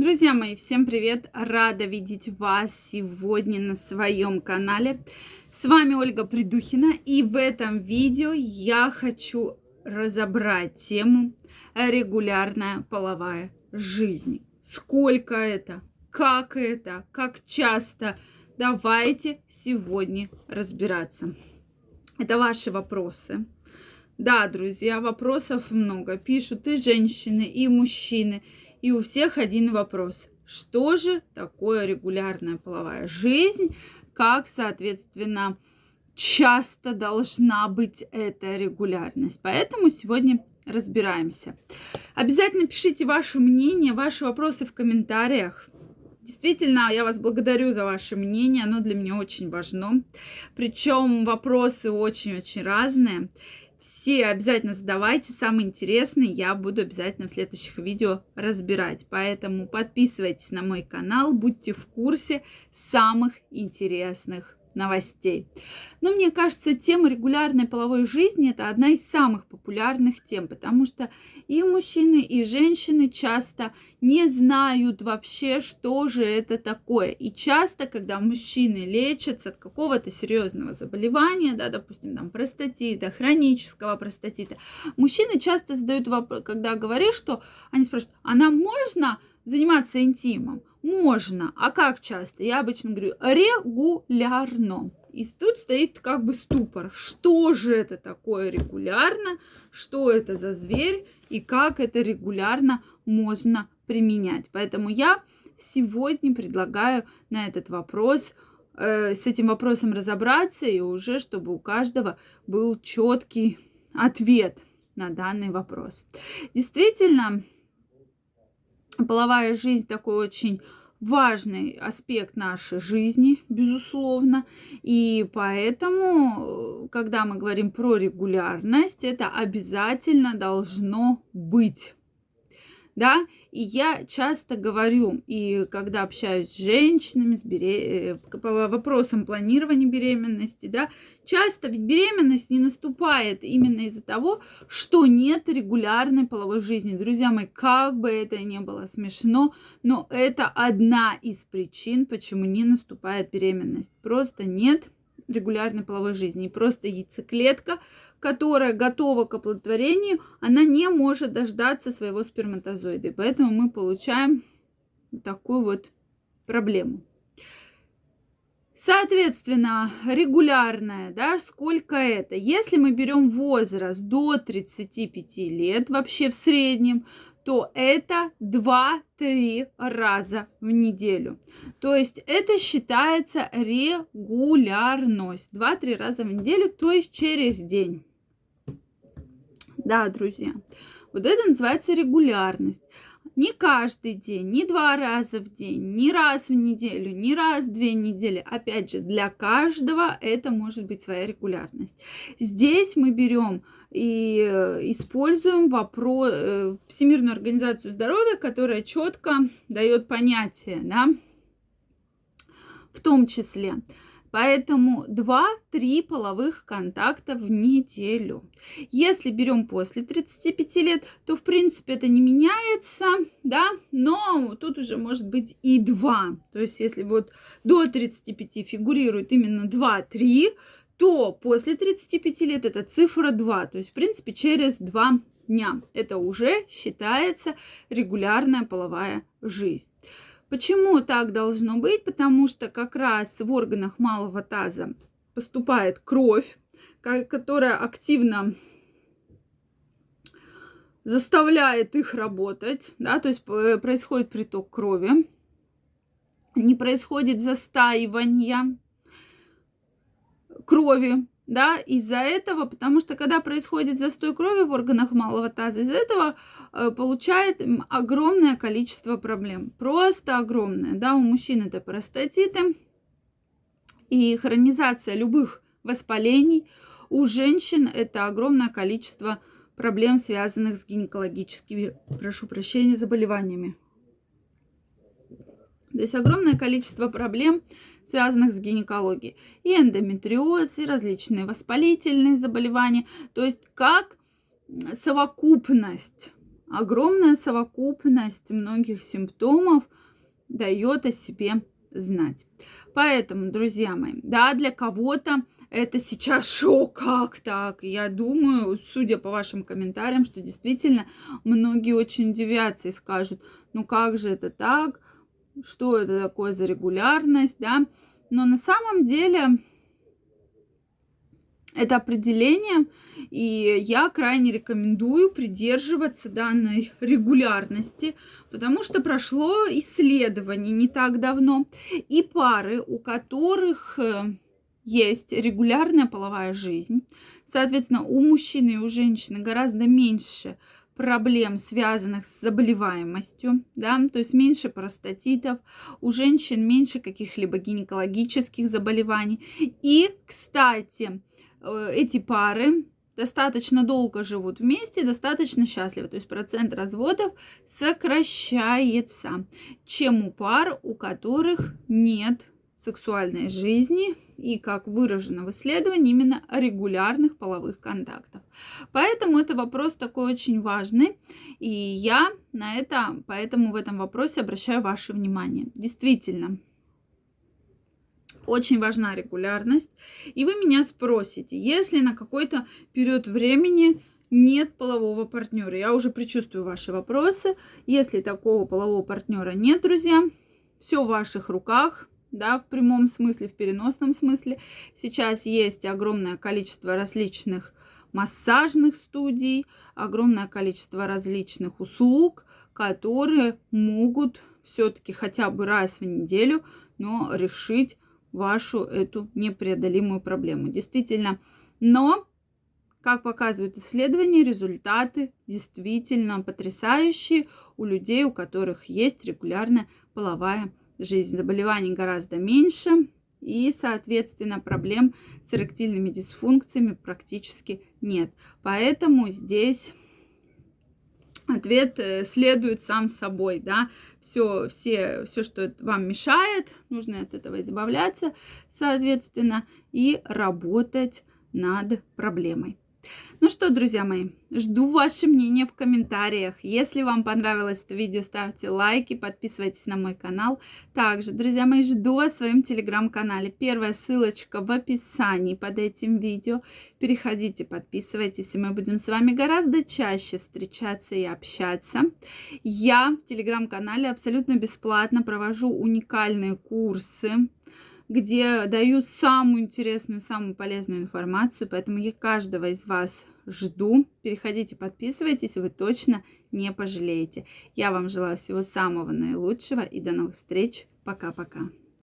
Друзья мои, всем привет! Рада видеть вас сегодня на своем канале. С вами Ольга Придухина, и в этом видео я хочу разобрать тему регулярная половая жизнь. Сколько это, как часто? Давайте сегодня разбираться. Это ваши вопросы. Да, друзья, вопросов много. Пишут и женщины, и мужчины. И у всех один вопрос. Что же такое регулярная половая жизнь? Как, соответственно, часто должна быть эта регулярность? Поэтому сегодня разбираемся. Обязательно пишите ваше мнение, ваши вопросы в комментариях. Действительно, я вас благодарю за ваше мнение, оно для меня очень важно. Причем вопросы очень-очень разные. Все обязательно задавайте, самые интересные я буду обязательно в следующих видео разбирать. Поэтому подписывайтесь на мой канал, будьте в курсе самых интересных новостей. Но мне кажется, тема регулярной половой жизни – это одна из самых популярных тем, потому что и мужчины, и женщины часто не знают вообще, что же это такое. И часто, когда мужчины лечатся от какого-то серьезного заболевания, да, допустим, там простатита, хронического простатита, мужчины часто задают вопрос, когда говоришь, что они спрашивают, а нам можно заниматься интимом? Можно. А как часто? Я обычно говорю регулярно. И тут стоит как бы ступор. Что же это такое регулярно? Что это за зверь? И как это регулярно можно применять? Поэтому я сегодня предлагаю на этот вопрос, с этим вопросом разобраться, и уже чтобы у каждого был четкий ответ на данный вопрос. Действительно, половая жизнь такой очень важный аспект нашей жизни, безусловно. И поэтому, когда мы говорим про регулярность, это обязательно должно быть. Да, и я часто говорю, и когда общаюсь с женщинами по вопросам планирования беременности, да, часто ведь беременность не наступает именно из-за того, что нет регулярной половой жизни. Друзья мои, как бы это ни было смешно, но это одна из причин, почему не наступает беременность. Просто нет регулярной половой жизни, и просто яйцеклетка, которая готова к оплодотворению, она не может дождаться своего сперматозоида. И поэтому мы получаем такую вот проблему. Соответственно, регулярная, да, сколько это? Если мы берем возраст до 35 лет, вообще в среднем, то это 2-3 раза в неделю. То есть это считается регулярность. 2-3 раза в неделю, то есть через день. Да, друзья, вот это называется регулярность. Не каждый день, не 2 раза в день, не раз в неделю, не раз в 2 недели. Опять же, для каждого это может быть своя регулярность. Здесь мы берем и используем Всемирную организацию здоровья, которая четко дает понятие, да, в том числе. Поэтому 2-3 половых контакта в неделю. Если берем после 35 лет, то в принципе это не меняется, да, но тут уже может быть и 2. То есть если вот до 35 фигурирует именно 2-3, то после 35 лет это цифра 2. То есть в принципе через 2 дня. Это уже считается регулярная половая жизнь. Почему так должно быть? Потому что как раз в органах малого таза поступает кровь, которая активно заставляет их работать, да, то есть происходит приток крови, не происходит застаивания крови, да, из-за этого, потому что когда происходит застой крови в органах малого таза, из-за этого получает огромное количество проблем, просто огромное, да, у мужчин это простатиты и хронизация любых воспалений, у женщин это огромное количество проблем, связанных с гинекологическими, заболеваниями. То есть огромное количество проблем, связанных с гинекологией. И эндометриоз, и различные воспалительные заболевания. То есть как совокупность огромная совокупность многих симптомов дает о себе знать. Поэтому, друзья мои, да, для кого-то это сейчас шок, как так? Я думаю, судя по вашим комментариям, что действительно многие очень удивятся и скажут, ну как же это так? Что это такое за регулярность, да? Но на самом деле это определение, и я крайне рекомендую придерживаться данной регулярности, потому что прошло исследование не так давно, и пары, у которых есть регулярная половая жизнь, соответственно, у мужчины и у женщины гораздо меньше проблем, связанных с заболеваемостью, да, то есть меньше простатитов, у женщин меньше каких-либо гинекологических заболеваний. И, кстати, эти пары достаточно долго живут вместе, достаточно счастливы. То есть процент разводов сокращается, чем у пар, у которых нет сексуальной жизни и, как выражено в исследовании, именно регулярных половых контактов. Поэтому это вопрос такой очень важный, и я поэтому в этом вопросе обращаю ваше внимание. Действительно, очень важна регулярность. И вы меня спросите, если на какой-то период времени нет полового партнера, я уже предчувствую ваши вопросы. Если такого полового партнера нет, друзья, все в ваших руках, да, в прямом смысле, в переносном смысле. Сейчас есть огромное количество различных массажных студий, огромное количество различных услуг, которые могут все-таки хотя бы раз в неделю, но решить вашу эту непреодолимую проблему. Действительно, но, как показывают исследования, результаты действительно потрясающие у людей, у которых есть регулярная половая жизнь. Заболеваний гораздо меньше и, соответственно, проблем с эректильными дисфункциями практически нет. Поэтому здесь ответ следует сам собой, да, все, что вам мешает, нужно от этого избавляться, соответственно, и работать над проблемой. Ну что, друзья мои, жду ваше мнение в комментариях. Если вам понравилось это видео, ставьте лайки, подписывайтесь на мой канал. Также, друзья мои, жду вас в своем телеграм-канале. Первая ссылочка в описании под этим видео. Переходите, подписывайтесь, и мы будем с вами гораздо чаще встречаться и общаться. Я в телеграм-канале абсолютно бесплатно провожу уникальные курсы, где даю самую интересную, самую полезную информацию, поэтому я каждого из вас жду. Переходите, подписывайтесь, вы точно не пожалеете. Я вам желаю всего самого наилучшего и до новых встреч. Пока-пока.